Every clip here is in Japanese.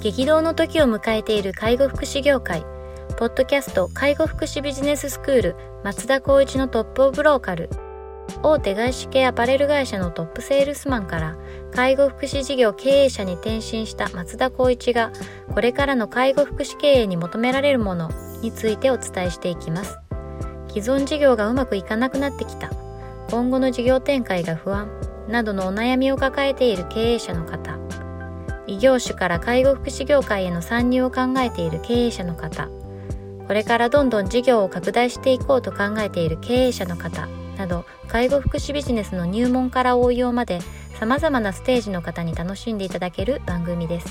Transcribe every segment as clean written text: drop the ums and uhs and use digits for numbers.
激動の時を迎えている介護福祉業界。ポッドキャスト介護福祉ビジネススクール松田光一のトップオブローカル。大手外資系アパレル会社のトップセールスマンから介護福祉事業経営者に転身した松田光一が、これからの介護福祉経営に求められるものについてお伝えしていきます。既存事業がうまくいかなくなってきた、今後の事業展開が不安などのお悩みを抱えている経営者の方、異業種から介護福祉業界への参入を考えている経営者の方、これからどんどん事業を拡大していこうと考えている経営者の方など、介護福祉ビジネスの入門から応用まで様々なステージの方に楽しんでいただける番組です。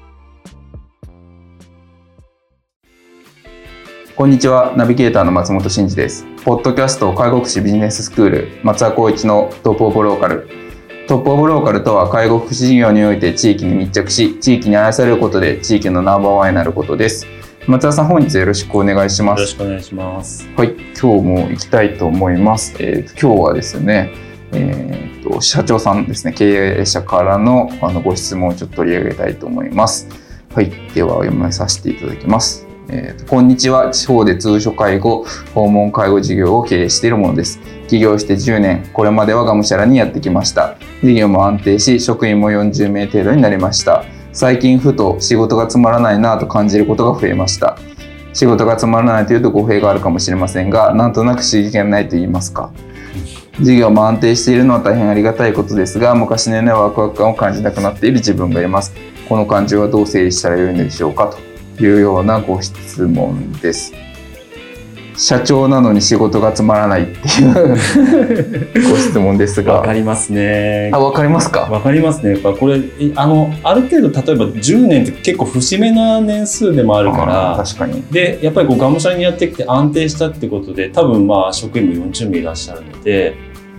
こんにちは、ナビゲーターの松本真嗣です。ポッドキャスト介護福祉ビジネススクール松田光一のトップオブローカル。トップオブローカルとは、介護福祉事業において地域に密着し、地域に愛されることで地域のナンバーワンになることです。松田さん、本日よろしくお願いします。 よろしくお願いします。 はい、今日も行きたいと思います。今日はですね、社長さんですね、経営者からのご質問をちょっと取り上げたいと思います。はい、では読まさせていただきます。こんにちは。地方で通所介護、訪問介護事業を経営しているものです。起業して10年、これまではがむしゃらにやってきました。事業も安定し、職員も40名程度になりました。最近ふと仕事がつまらないなと感じることが増えました。仕事がつまらないというと語弊があるかもしれませんが、なんとなく刺激がないと言いますか。事業も安定しているのは大変ありがたいことですが、昔のようなワクワク感を感じなくなっている自分がいます。この感情はどう整理したらよいのでしょうか、というようなご質問です。社長なのに仕事がつまらないっていうご質問ですが。 わかりますね。 わかりますか？ わかりますね。やっぱこれある程度、例えば10年って結構節目な年数でもあるから。 確かに。 でやっぱりがむしゃらにやってきて安定したってことで、多分職員も40名いらっしゃるので、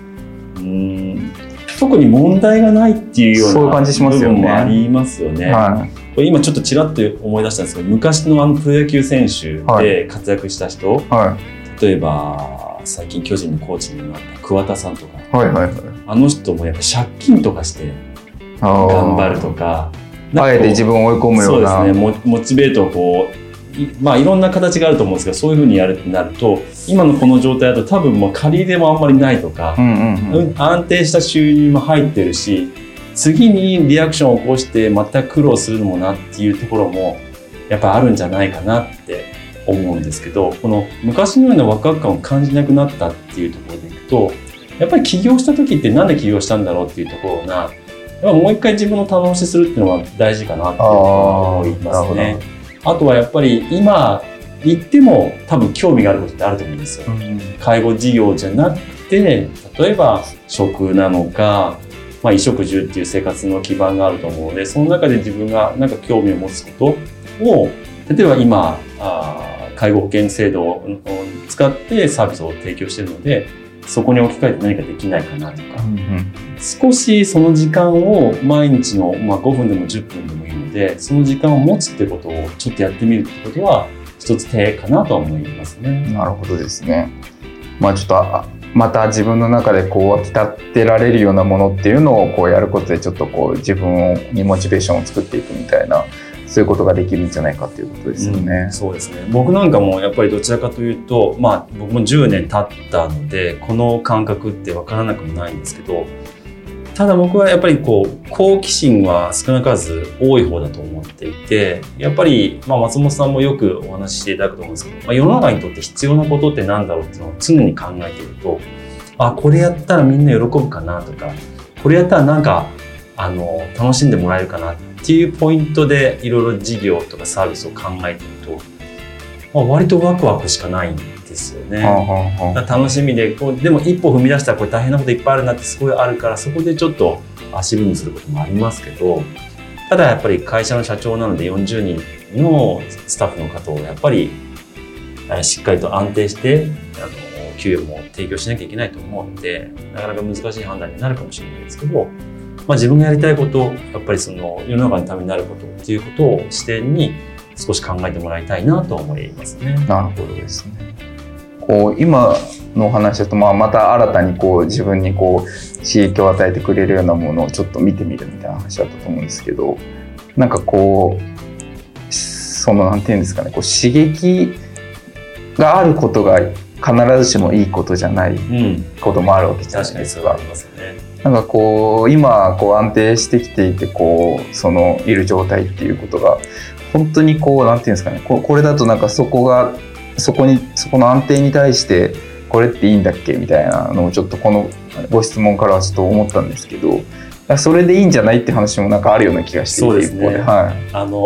特に問題がないっていうような部分もありますよね。これ今ちょっとちらっと思い出したんですけど、昔のプロ野球選手で活躍した人、例えば最近巨人のコーチになった桑田さんとか、あの人もやっぱ借金とかして頑張るとか、 あえて自分を追い込むような、 そうですね、モチベートをこう、いろんな形があると思うんですけど、そういうふうにやるってなると、今のこの状態だと多分借り入れもあんまりないとか、安定した収入も入ってるし、次にリアクションを起こしてまた苦労するのもなっていうところもやっぱあるんじゃないかなって思うんですけど、この昔のようなワクワク感を感じなくなったっていうところでいくと、やっぱり起業した時ってなんで起業したんだろうっていうところが、もう一回自分の棚卸しするっていうのは大事かなって思いますね。あとはやっぱり今言っても多分興味があることってあると思うんですよ。介護事業じゃなくて、例えば食なのか、衣食住っていう生活の基盤があると思うので、その中で自分がなんか興味を持つことを、例えば今介護保険制度を使ってサービスを提供しているので、そこに置き換えて何かできないかなとか、少しその時間を毎日の、5分でも10分でもいいので、その時間を持つってことをちょっとやってみるってことは一つ手かなとは思いますね。 なるほどですね。ちょっとまた自分の中でこう湧き立てられるようなものっていうのをこうやることで、ちょっとこう自分にモチベーションを作っていくみたいな、そういうことができるんじゃないかということですよね。 そうですね。僕なんかもやっぱりどちらかというと、僕も10年経ったのでこの感覚って分からなくもないんですけど、ただ僕はやっぱり好奇心は少なからず多い方だと思っていて、やっぱり松本さんもよくお話ししていただくと思うんですけど、世の中にとって必要なことって何だろうっていうのを常に考えていると、これやったらみんな喜ぶかなとか、これやったらなんか楽しんでもらえるかなっていうポイントでいろいろ事業とかサービスを考えていると、割とワクワクしかないんですよね。楽しみででも一歩踏み出したらこれ大変なこといっぱいあるなってすごいあるから、そこでちょっと足踏みすることもありますけど、ただやっぱり会社の社長なので40人のスタッフの方をやっぱりしっかりと安定して給与も提供しなきゃいけないと思うので、なかなか難しい判断になるかもしれないですけど、自分がやりたいこと、やっぱりその世の中のためになることっていうことを視点に少し考えてもらいたいなと思いますね。 なるほどですね。今のお話だと、また新たに自分に刺激を与えてくれるようなものをちょっと見てみるみたいな話だったと思うんですけど、なんかそのなんていうんですかね、こう刺激があることが必ずしもいいことじゃないこともあるわけじゃないですか。なんかこう今こう安定してきていてこうそのいる状態っていうことが本当にこうなんていうんですかね、これだとなんかそこの安定に対してこれっていいんだっけみたいなのをちょっとこのご質問からはちょっと思ったんですけど、それでいいんじゃないって話もなんかあるような気がしていて、 そうですね、はい、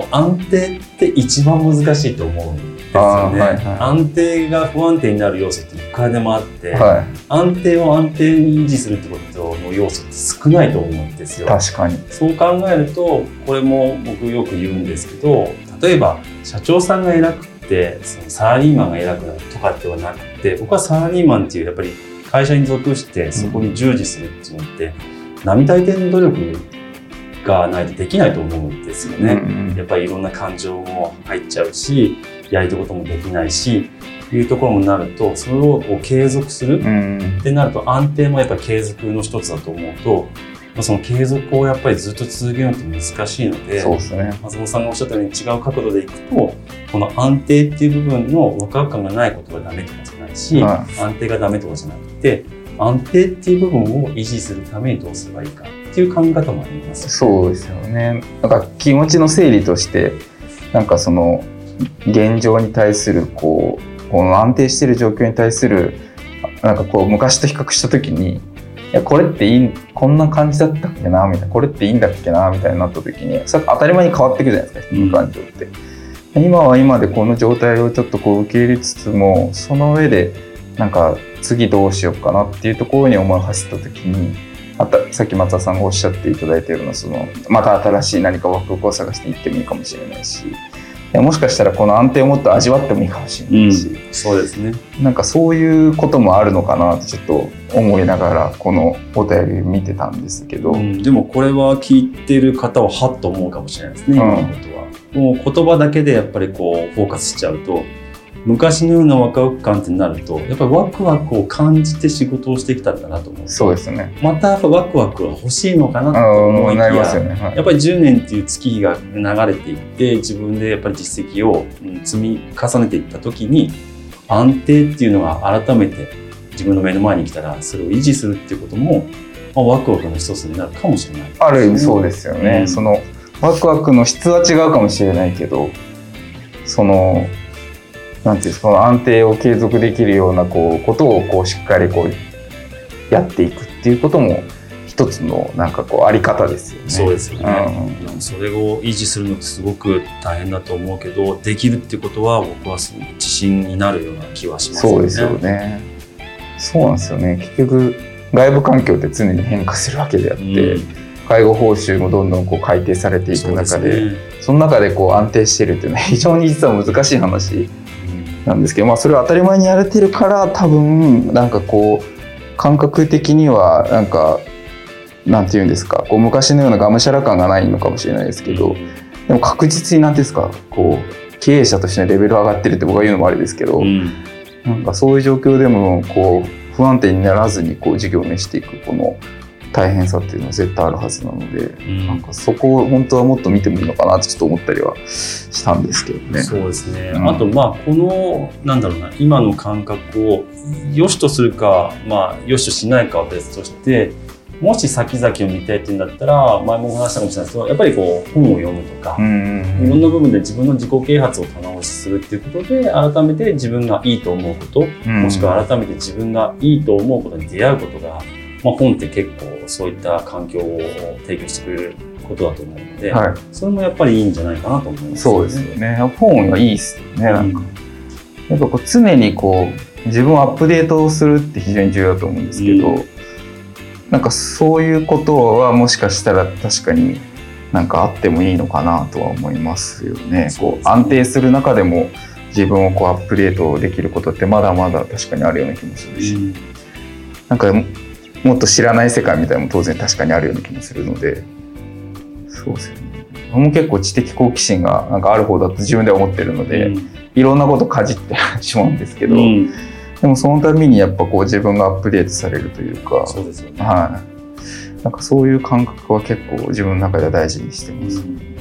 安定って一番難しいと思うんですよね、はいはい、安定が不安定になる要素っていくらでもあって、はい、安定を安定に維持するってことの要素って少ないと思うんですよ。 確かに。 そう考えるとこれも僕よく言うんですけど、例えば社長さんが偉くてそのサラリーマンが偉くなるとかではなくて、僕はサラリーマンっていうやっぱり会社に属してそこに従事するっていうのって、並大抵の努力がないとできないと思うんですよね、やっぱりいろんな感情も入っちゃうし、やりたいこともできないしいうところになると、それを継続するってなると、安定もやっぱり継続の一つだと思うと、その継続をやっぱりずっと続けるのって難しいので、 そうですね、 松本さんがおっしゃったように違う角度でいくと、この安定っていう部分のワクワク感がないことがダメとかじゃないし、安定がダメとかじゃなくて、安定っていう部分を維持するためにどうすればいいかっていう考え方もあります。 そうですよね。なんか気持ちの整理としてなんかその現状に対するこの安定している状況に対するなんかこう昔と比較した時に、いやこれってこんな感じだったっけなみたいな、これっていいんだっけなみたいになった時に当たり前に変わっていくじゃないですか、感情って、今は今でこの状態をちょっとこう受け入れつつも、その上でなんか次どうしようかなっていうところに思いを馳せた時に、さっき松田さんがおっしゃっていただいているようなそのまた新しい何かワクワクを探していってもいいかもしれないし、もしかしたらこの安定をもっと味わってもいいかもしれないし、 そうですね、 なんかそういうこともあるのかなってちょっと思いながらこのお便り見てたんですけど、 でもこれは聞いてる方ははっと思うかもしれないですね、今のことは。もう言葉だけでやっぱりこうフォーカスしちゃうと、昔のようなワクワク感ってなると、やっぱりワクワクを感じて仕事をしてきたんだなと思う。 そうですね。 またやっぱワクワクは欲しいのかなと思いきや、やっぱり10年っていう月日が流れていって、自分でやっぱり実績を積み重ねていった時に、安定っていうのが改めて自分の目の前に来たら、それを維持するっていうことも、ワクワクの一つになるかもしれないですね。 ある意味そうですよね、そのワクワクの質は違うかもしれないけど、そのなんていうその安定を継続できるようなことをしっかりやっていくっていうことも一つのなんかあり方ですよね。 そうですよね、それを維持するのってすごく大変だと思うけど、できるっていうことは僕は自信になるような気はしますね。 そうですよね。そうなんですよね。結局外部環境って常に変化するわけであって、介護報酬もどんどん改定されていく中で、その中で安定しているっていうのは非常に実は難しい話なんですけど、それを当たり前にやれてるから多分なんか感覚的にはなんかなんていうんですか、昔のようながむしゃら感がないのかもしれないですけど、でも確実になんですか経営者としてのレベル上がってるって僕は言うのもあれですけど、なんかそういう状況でも不安定にならずに事業を召していくこの大変さっていうのは絶対あるはずなので、なんかそこを本当はもっと見てもいいのかなってちょっと思ったりはしたんですけどね。 そうですね、あとこの今の感覚を良しとするか、良しとしないかは別として、もし先々を見たいっていうんだったら、前も話したかもしれないですけど、やっぱり本を読むとか、いろんな部分で自分の自己啓発を棚押しするっていうことで、改めて自分がいいと思うこと、もしくは改めて自分がいいと思うことに出会うことが、本って結構そういった環境を提供してくれることだと思うので、それもやっぱりいいんじゃないかなと思いますね。 そうですよね。本はいいですよね。なんかやっぱ常に自分をアップデートするって非常に重要だと思うんですけど、なんかそういうことはもしかしたら確かになんかあってもいいのかなとは思いますよね。安定する中でも自分をアップデートできることってまだまだ確かにあるような気もするし、なんかもっと知らない世界みたいなのも当然確かにあるような気もするので、そうですよね。僕も結構知的好奇心がなんかある方だと自分では思ってるので、いろんなことかじってしまうんですけど、でもそのためにやっぱ自分がアップデートされるというか、 そうですよね。 なんかそういう感覚は結構自分の中では大事にしてます。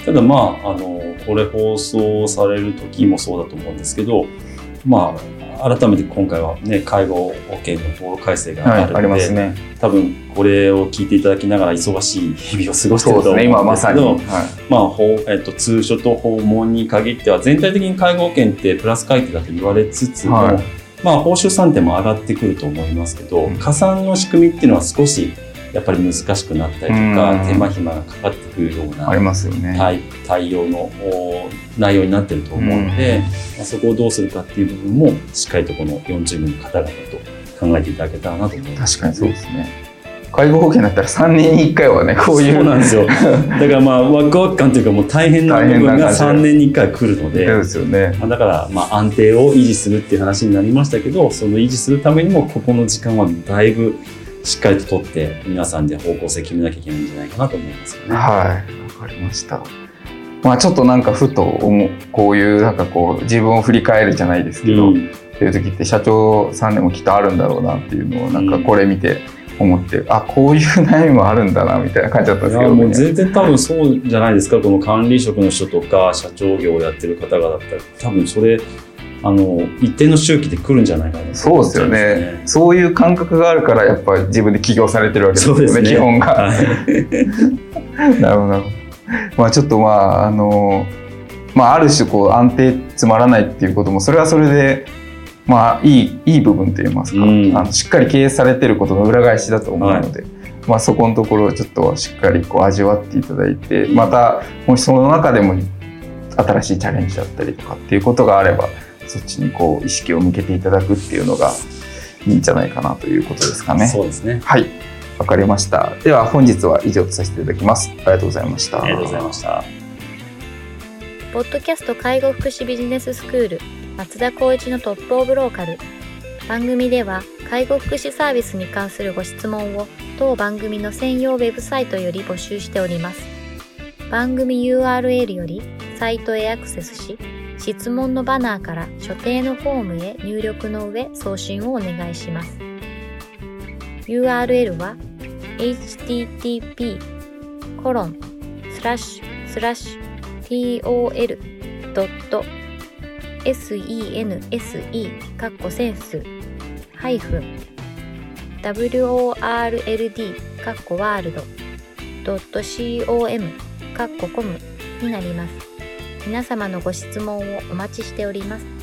ただこれ放送される時もそうだと思うんですけど、改めて今回はね、介護保険の法改正があるので、 ありますね。 多分これを聞いていただきながら忙しい日々を過ごしていると思うんですけど、 今まさに、 通所と訪問に限っては全体的に介護保険ってプラス改定だと言われつつも、報酬算定も上がってくると思いますけど、加算の仕組みっていうのは少しやっぱり難しくなったりとか、手間暇がかかってくるようなありますよね。 対応の内容になっていると思うので、そこをどうするかっていう部分もしっかりとこの40名の方々と考えていただけたらなと思います。 確かにそうですね。介護保険だったら3年に1回はね、こういう。 そうなんですよ。だからワクワク感というか、もう大変な部分が3年に1回来るので、 そうですよね。 だから安定を維持するっていう話になりましたけど、その維持するためにもここの時間はだいぶしっかりと取って皆さんで方向性決めなきゃいけないんじゃないかなと思いますよね。 はい、わかりました。ちょっとふとこういう自分を振り返るじゃないですけど、っていう時って社長さんでもきっとあるんだろうなっていうのをこれ見て思って、こういう悩みもあるんだなみたいな感じだったんですけど、 もう全然多分そうじゃないですか。この管理職の人とか社長業をやってる方々だったら多分それ一定の周期で来るんじゃないかなと、 そうですよね。そういう感覚があるからやっぱり自分で起業されてるわけですよね、基本が。なるほど。ちょっとある種安定つまらないっていうこともそれはそれでいい部分といいますか、しっかり経営されてることの裏返しだと思うので、そこのところをちょっとしっかり味わっていただいて、またもしその中でも新しいチャレンジだったりとかっていうことがあればそっちに意識を向けていただくっていうのがいいんじゃないかなということですかね。 そうですね。 はい、わかりました。では本日は以上とさせていただきます。ありがとうございました。 ありがとうございました。 ポッドキャスト介護福祉ビジネススクール松田光一のトップオブローカル。番組では介護福祉サービスに関するご質問を当番組の専用ウェブサイトより募集しております。番組 URL よりサイトへアクセスし、質問のバナーから所定のフォームへ入力の上送信をお願いします。URL は http://sense-world.com になります。皆様のご質問をお待ちしております。